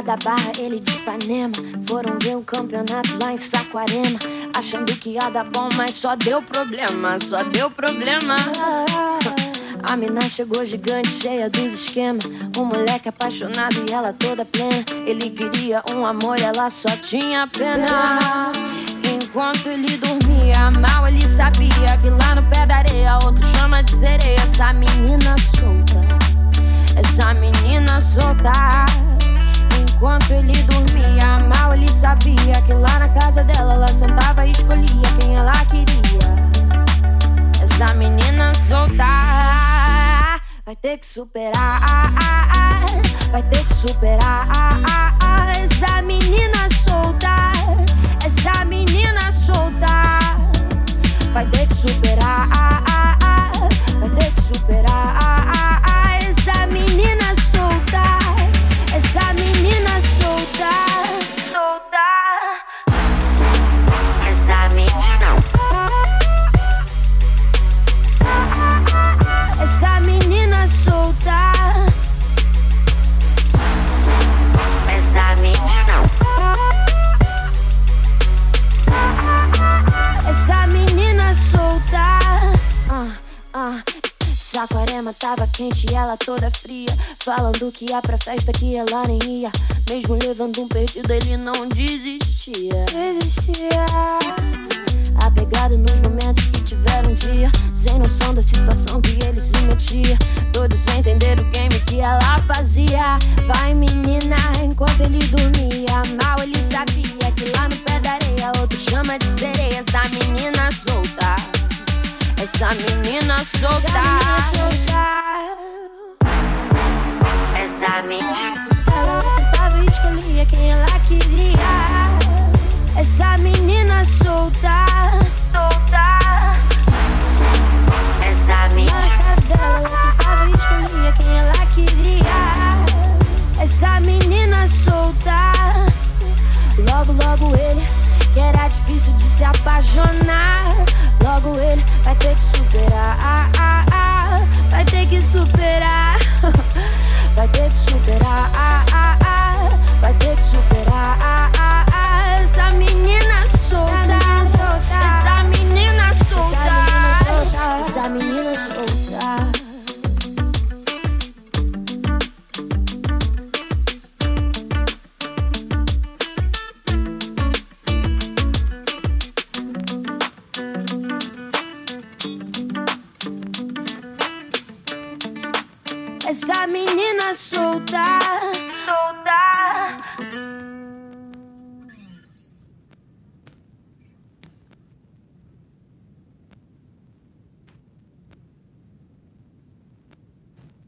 da Barra, ele de Ipanema. Foram ver um campeonato lá em Saquarema, achando que ia dar bom, mas só deu problema, só deu problema. A mina chegou gigante, cheia dos esquemas. Um moleque apaixonado e ela toda plena. Ele queria um amor, ela só tinha pena. Enquanto ele dormia, mal ele sabia que lá no pé da areia outro chama de sereia. Essa menina solta, essa menina solta. Enquanto ele dormia, mal ele sabia que lá na casa dela ela sentava e escolhia quem ela queria. Essa menina solta vai ter que superar, vai ter que superar. Essa menina solta, essa menina solta vai ter que superar, vai ter que superar. Essa menina solta, essa menina solta, solta. Essa menina, essa menina solta, essa menina, essa menina solta. Saquarema tava quente e ela toda fria, falando que ia pra festa que ela nem ia. Mesmo levando um perdido ele não desistia. Apegado nos momentos que tiveram um dia, sem noção da situação que ele se metia. Todos sem entender o game que ela fazia. Vai menina, enquanto ele dormia, mal ele sabia que lá no pé da areia outro chama de sereia. Essa menina solta, essa menina solta, essa menina. Ela sentava e escolhia quem ela queria. Essa menina solta, solta. Essa menina. Na casa dela ela sentava e escolhia quem ela queria. Essa menina solta. Logo, logo ele, que era difícil de se apaixonar. Logo ele vai ter que superar, vai ter que superar, vai ter que superar, vai ter que superar. Essa menina solta, essa menina solta, essa menina solta. Essa menina solta, solta.